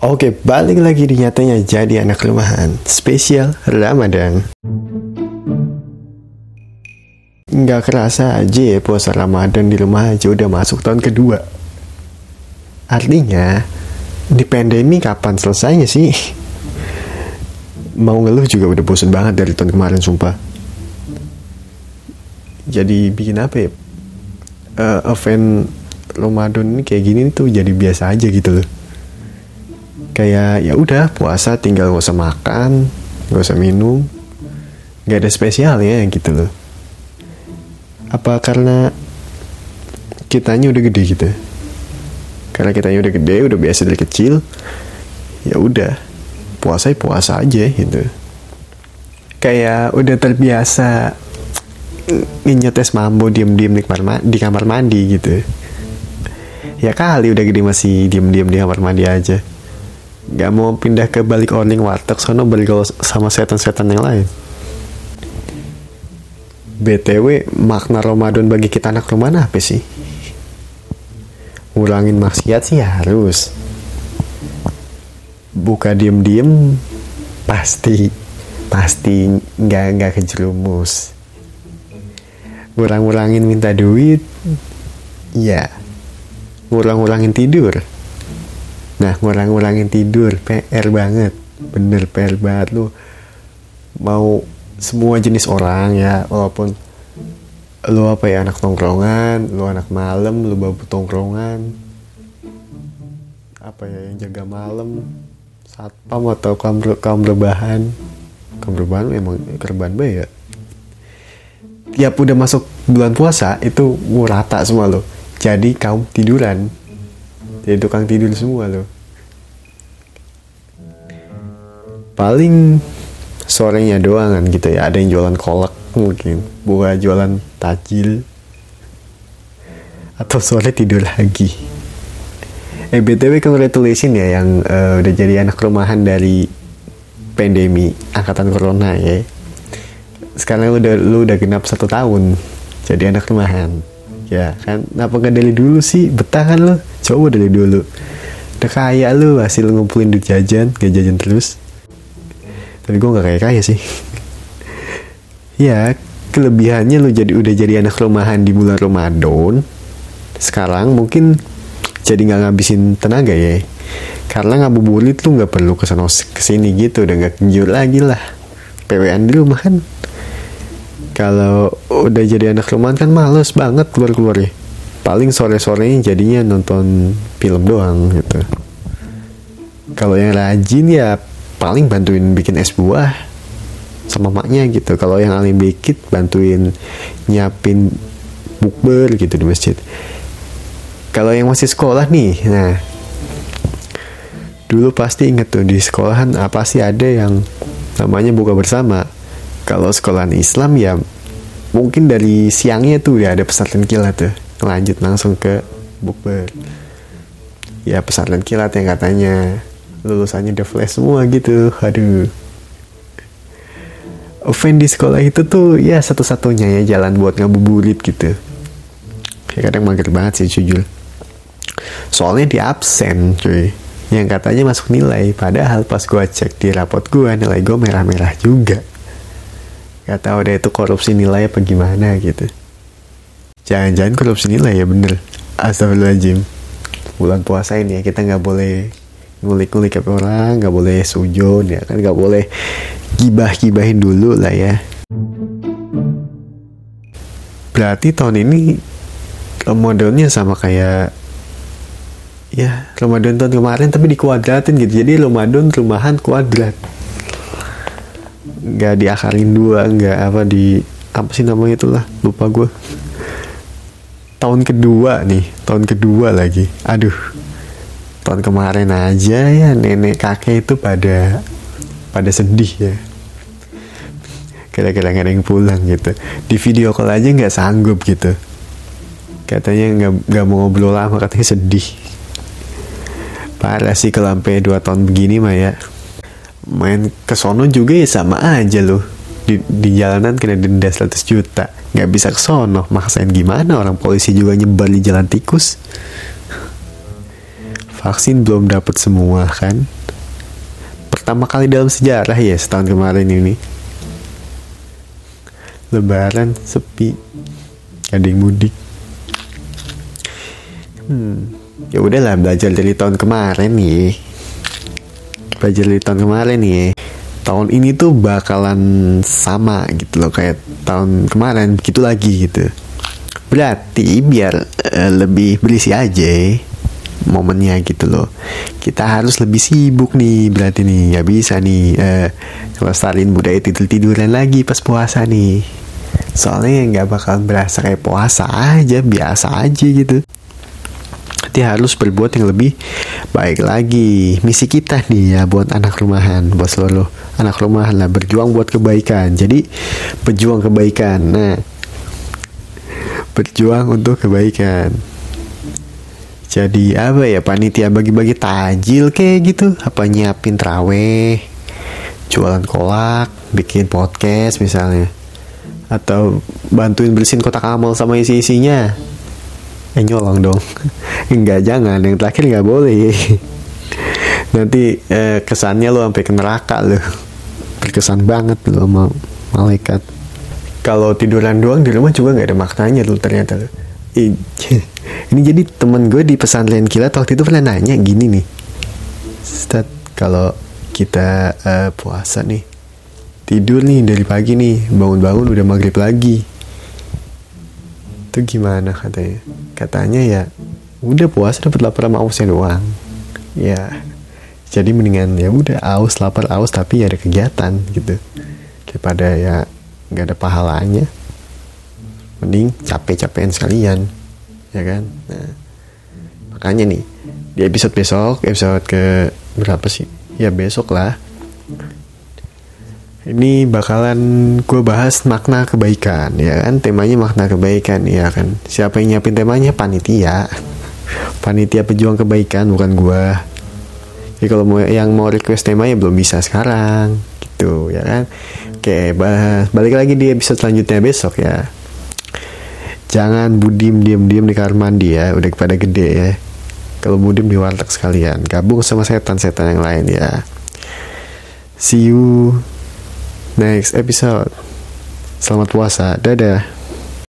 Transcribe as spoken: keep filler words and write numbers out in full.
Oke, balik lagi di Nyatanya Jadi Anak Rumahan spesial Ramadan. Nggak kerasa aja ya puasa Ramadan di rumah aja udah masuk tahun kedua. Artinya, di pandemi kapan selesainya sih? Mau ngeluh juga udah bosen banget dari tahun kemarin, sumpah. Jadi bikin apa ya? Uh, event Ramadan ini kayak gini tuh jadi biasa aja gitu loh. Kayak ya udah puasa tinggal gak usah makan, gak usah minum, gak ada spesialnya gitu loh. Apa karena kitanya udah gede gitu? Karena kitanya udah gede, udah biasa dari kecil, ya udah puasa puasa aja gitu. Kayak udah terbiasa nyetes mambo diem-diem di kamar, ma- di kamar mandi gitu. Ya kali udah gede masih diem-diem di kamar mandi aja. Gak mau pindah ke balik oning warteg sono balik sama setan-setan yang lain. B T W makna Ramadan bagi kita anak rumahan apa sih? Ngurangin maksiat sih harus. Buka diem-diem pasti pasti nggak nggak kejerumus. Ngurang-ngurangin minta duit, ya. Ngurang-ngurangin tidur. Nah, ngurang-ngurangin tidur P R banget. Bener P R banget lu. Mau semua jenis orang ya, walaupun lu apa ya, anak tongkrongan, lu anak malam, lu babu tongkrongan, apa ya, yang jaga malam, satpam atau kaum, kaum rebahan. Kaum rebahan emang kerban bay ya. Tiap udah masuk bulan puasa itu rata semua lo. Jadi kaum tiduran. Jadi tukang tidur semua loh. Paling sorenya doang kan gitu ya. Ada yang jualan kolak mungkin, bukan jualan takjil. Atau sore tidur lagi. Eh B T W congratulations ya yang uh, udah jadi anak rumahan dari pandemi angkatan corona ya. Sekarang lu udah lu udah genap satu tahun jadi anak rumahan. Ya kan, kenapa gak dari dulu sih? Betah kan lo? Coba dari dulu. Udah kaya lo, hasil ngumpulin duit jajan, gak jajan terus. Tapi gue gak kaya-kaya sih. Ya, kelebihannya lo jadi udah jadi anak rumahan di bulan Ramadan. Sekarang mungkin jadi gak ngabisin tenaga ya. Karena ngabuburit lo gak perlu kesana kesini gitu, udah gak kenjur lagi lah. P W an di rumah kan. Kalau udah jadi anak rumahan kan males banget keluar-keluar ya. Paling sore-sorenya jadinya nonton film doang gitu. Kalau yang rajin ya paling bantuin bikin es buah sama maknya gitu. Kalau yang alim dikit bantuin nyiapin bukber gitu di masjid. Kalau yang masih sekolah nih, nah dulu pasti inget tuh di sekolahan apa sih ada yang namanya buka bersama. Kalau sekolahan Islam ya mungkin dari siangnya tuh ya ada pesantren kilat tuh, lanjut langsung ke bukber. Ya pesantren kilat yang katanya lulusannya udah flash semua gitu. Aduh. Event di sekolah itu tuh ya satu-satunya ya jalan buat ngabuburit gitu. Ya kadang mager banget sih jujur. Soalnya di absen cuy, yang katanya masuk nilai, padahal pas gua cek di rapot gua nilai gua merah-merah juga. Gak tau deh itu korupsi nilai apa gimana gitu. Jangan-jangan korupsi nilai ya bener. Astagfirullahaladzim. Bulan puasa ini ya kita gak boleh ngulik-ngulik ke orang, gak boleh sujon ya kan, gak boleh gibah-gibahin dulu lah ya. Berarti tahun ini Ramadannya sama kayak ya Ramadan tahun kemarin tapi dikuadratin gitu. Jadi Ramadan rumahan kuadrat, nggak diakarin dua, nggak apa di apa sih namanya itulah, lupa gue. Tahun kedua nih, tahun kedua lagi. Aduh, tahun kemarin aja ya nenek kakek itu pada pada sedih ya. Kira-kira nggak ada yang pulang gitu. Di video call aja nggak sanggup gitu. Katanya nggak nggak mau ngobrol lama, katanya sedih. Parah sih kalau sampai dua tahun begini mah ya. Main kesono juga ya sama aja loh. Di, di jalanan kena denda seratus juta. Gak bisa kesono. Maksain gimana, orang polisi juga nyebar di jalan tikus. vaksin belum dapat semua kan. Pertama kali dalam sejarah ya setahun kemarin ini. Lebaran sepi, gak ada yang mudik. Hmm, ya udahlah, belajar dari tahun kemarin nih. Belajar dari tahun kemarin nih. Tahun ini tuh bakalan sama gitu loh kayak tahun kemarin, begitu lagi gitu. Berarti biar uh, lebih berisi aja momennya gitu loh, kita harus lebih sibuk nih. Berarti nih gak bisa nih uh, ngelestariin budaya tidur-tiduran lagi pas puasa nih. Soalnya gak bakalan berasa kayak puasa aja, biasa aja gitu. Nanti harus berbuat yang lebih baik lagi. Misi kita nih ya buat anak rumahan, buat seluruh anak rumahan lah, berjuang buat kebaikan. Jadi pejuang kebaikan. Nah, berjuang untuk kebaikan. Jadi apa ya, panitia bagi-bagi takjil kayak gitu, apa nyiapin traweh, jualan kolak, bikin podcast misalnya, atau bantuin bersihin kotak amal sama isi-isinya. Eh nyolong dong. Enggak, jangan, yang terakhir nggak boleh. Nanti eh, kesannya lo sampai ke neraka lo, berkesan banget lo sama malaikat. Kalau tiduran doang di rumah juga nggak ada maknanya lo ternyata lo. Ini jadi temen gue di pesantren kilat waktu itu pernah nanya gini nih, Ustaz, kalau kita uh, puasa nih, tidur nih dari pagi nih, bangun-bangun udah maghrib lagi, itu gimana katanya? Katanya ya udah puasa dapat lapar sama ausnya doang. Ya jadi mendingan ya udah aus lapar aus tapi ya ada kegiatan gitu, daripada ya nggak ada pahalanya. Mending capek-capekin sekalian, ya kan? Nah, makanya nih di episode besok, episode ke berapa sih? Ya besok lah. Ini bakalan gue bahas makna kebaikan, ya kan? Temanya makna kebaikan, ya kan? Siapa yang nyiapin temanya? Panitia, panitia pejuang kebaikan, bukan gue. Jadi kalau mau yang mau request temanya belum bisa sekarang, gitu, ya kan? Oke, bahas. Balik lagi di episode selanjutnya besok ya. Jangan budim diem-diem di kamar mandi ya, udah pada gede ya. Kalau budim di warteg sekalian, gabung sama setan-setan yang lain ya. See you next episode. Selamat puasa, dadah.